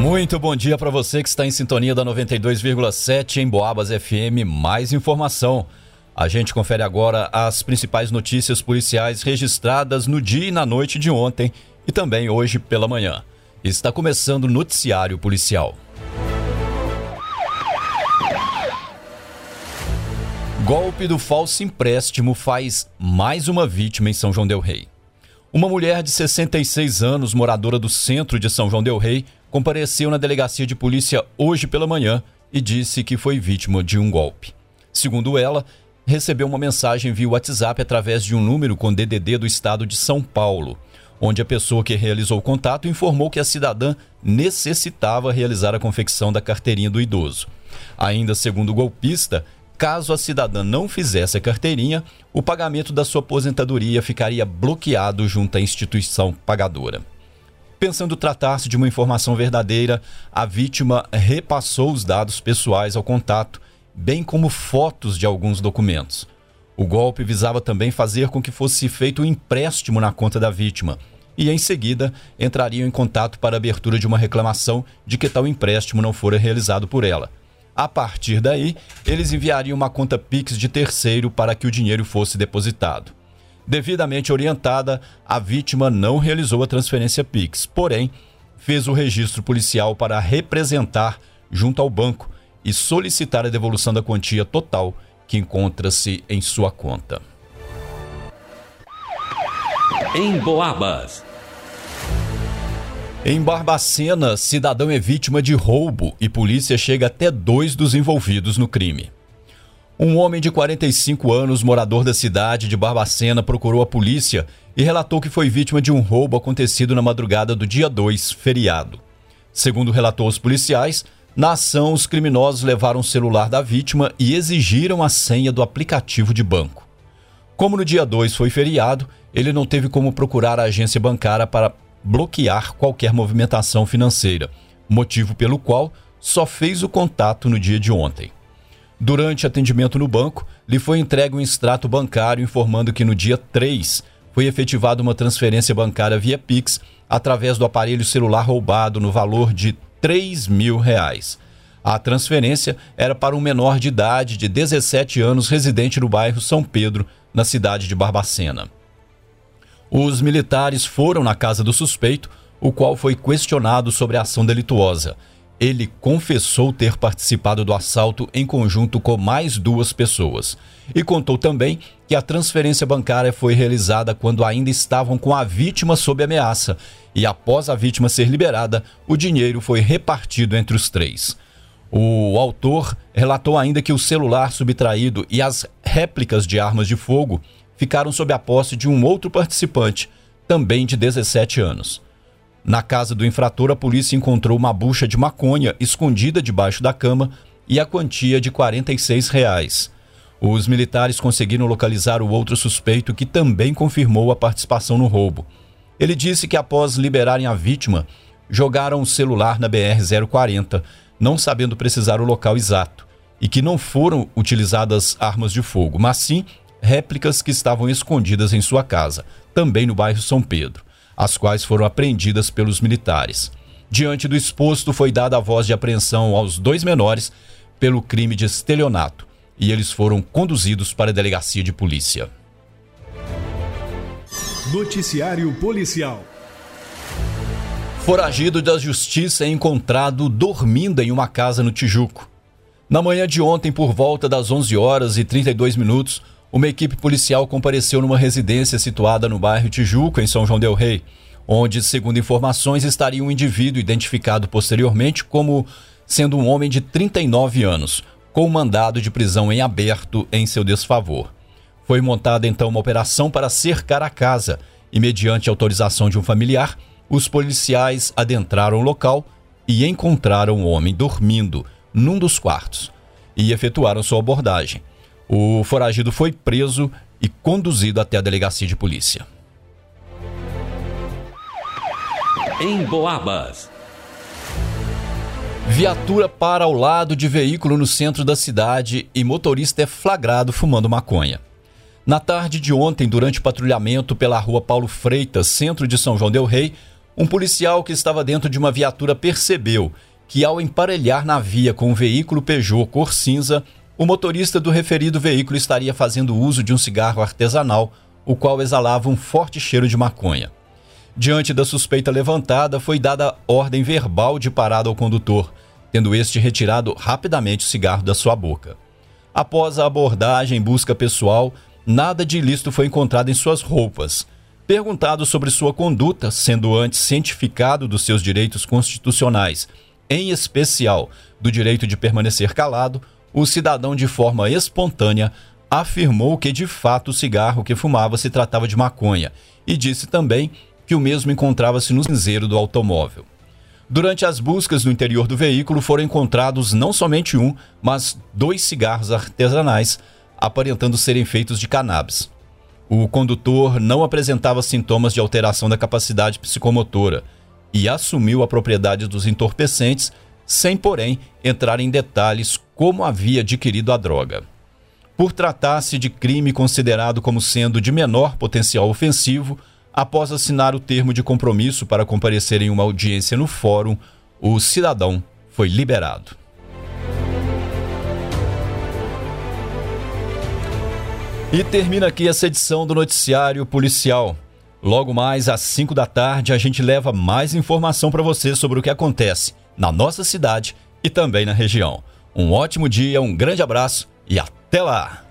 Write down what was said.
Muito bom dia para você que está em sintonia da 92,7 em Boabas FM. Mais informação. A gente confere agora as principais notícias policiais registradas no dia e na noite de ontem e também hoje pela manhã. Está começando o Noticiário Policial. Golpe do falso empréstimo faz mais uma vítima em São João del Rei. Uma mulher de 66 anos, moradora do centro de São João del Rei, compareceu na delegacia de polícia hoje pela manhã e disse que foi vítima de um golpe. Segundo ela, recebeu uma mensagem via WhatsApp através de um número com DDD do estado de São Paulo, onde a pessoa que realizou o contato informou que a cidadã necessitava realizar a confecção da carteirinha do idoso. Ainda segundo o golpista, caso a cidadã não fizesse a carteirinha, o pagamento da sua aposentadoria ficaria bloqueado junto à instituição pagadora. Pensando tratar-se de uma informação verdadeira, a vítima repassou os dados pessoais ao contato, bem como fotos de alguns documentos. O golpe visava também fazer com que fosse feito um empréstimo na conta da vítima e, em seguida, entrariam em contato para a abertura de uma reclamação de que tal empréstimo não fora realizado por ela. A partir daí, eles enviariam uma conta Pix de terceiro para que o dinheiro fosse depositado. Devidamente orientada, a vítima não realizou a transferência Pix, porém, fez o registro policial para representar junto ao banco e solicitar a devolução da quantia total que encontra-se em sua conta. Em Boabas. Em Barbacena, cidadão é vítima de roubo e polícia chega até 2 dos envolvidos no crime. Um homem de 45 anos, morador da cidade de Barbacena, procurou a polícia e relatou que foi vítima de um roubo acontecido na madrugada do dia 2, feriado. Segundo relatou aos policiais, na ação os criminosos levaram o celular da vítima e exigiram a senha do aplicativo de banco. Como no dia 2 foi feriado, ele não teve como procurar a agência bancária para bloquear qualquer movimentação financeira, motivo pelo qual só fez o contato no dia de ontem. Durante atendimento no banco, lhe foi entregue um extrato bancário informando que no dia 3 foi efetivada uma transferência bancária via Pix através do aparelho celular roubado no valor de R$3.000. A transferência era para um menor de idade de 17 anos residente no bairro São Pedro, na cidade de Barbacena. Os militares foram na casa do suspeito, o qual foi questionado sobre a ação delituosa. Ele confessou ter participado do assalto em conjunto com mais 2 pessoas e contou também que a transferência bancária foi realizada quando ainda estavam com a vítima sob ameaça e após a vítima ser liberada, o dinheiro foi repartido entre os 3. O autor relatou ainda que o celular subtraído e as réplicas de armas de fogo ficaram sob a posse de um outro participante, também de 17 anos. Na casa do infrator, a polícia encontrou uma bucha de maconha escondida debaixo da cama e a quantia de R$46. Os militares conseguiram localizar o outro suspeito que também confirmou a participação no roubo. Ele disse que após liberarem a vítima, jogaram o celular na BR-040, não sabendo precisar o local exato, e que não foram utilizadas armas de fogo, mas sim réplicas que estavam escondidas em sua casa, também no bairro São Pedro, as quais foram apreendidas pelos militares. Diante do exposto, foi dada a voz de apreensão aos 2 menores pelo crime de estelionato e eles foram conduzidos para a delegacia de polícia. Noticiário Policial. Foragido da justiça é encontrado dormindo em uma casa no Tijuco. Na manhã de ontem, por volta das 11h32, uma equipe policial compareceu numa residência situada no bairro Tijuco, em São João del Rei, onde, segundo informações, estaria um indivíduo identificado posteriormente como sendo um homem de 39 anos, com mandado de prisão em aberto em seu desfavor. Foi montada então uma operação para cercar a casa e, mediante autorização de um familiar, os policiais adentraram o local e encontraram o homem dormindo num dos quartos e efetuaram sua abordagem. O foragido foi preso e conduzido até a delegacia de polícia. Em Boabas. Viatura para ao lado de veículo no centro da cidade e motorista é flagrado fumando maconha. Na tarde de ontem, durante patrulhamento pela rua Paulo Freitas, centro de São João del Rei, Um policial que estava dentro de uma viatura percebeu que, ao emparelhar na via com um veículo Peugeot cor cinza, o motorista do referido veículo estaria fazendo uso de um cigarro artesanal, o qual exalava um forte cheiro de maconha. Diante da suspeita levantada, foi dada ordem verbal de parada ao condutor, tendo este retirado rapidamente o cigarro da sua boca. Após a abordagem em busca pessoal, nada de ilícito foi encontrado em suas roupas. Perguntado sobre sua conduta, sendo antes cientificado dos seus direitos constitucionais, em especial do direito de permanecer calado, o cidadão, de forma espontânea, afirmou que de fato o cigarro que fumava se tratava de maconha e disse também que o mesmo encontrava-se no cinzeiro do automóvel. Durante as buscas no interior do veículo foram encontrados não somente um, mas 2 cigarros artesanais, aparentando serem feitos de cannabis. O condutor não apresentava sintomas de alteração da capacidade psicomotora e assumiu a propriedade dos entorpecentes, sem, porém, entrar em detalhes como havia adquirido a droga. Por tratar-se de crime considerado como sendo de menor potencial ofensivo, após assinar o termo de compromisso para comparecer em uma audiência no fórum, o cidadão foi liberado. E termina aqui essa edição do Noticiário Policial. Logo mais às 5 da tarde a gente leva mais informação para você sobre o que acontece na nossa cidade e também na região. Um ótimo dia, um grande abraço e até lá!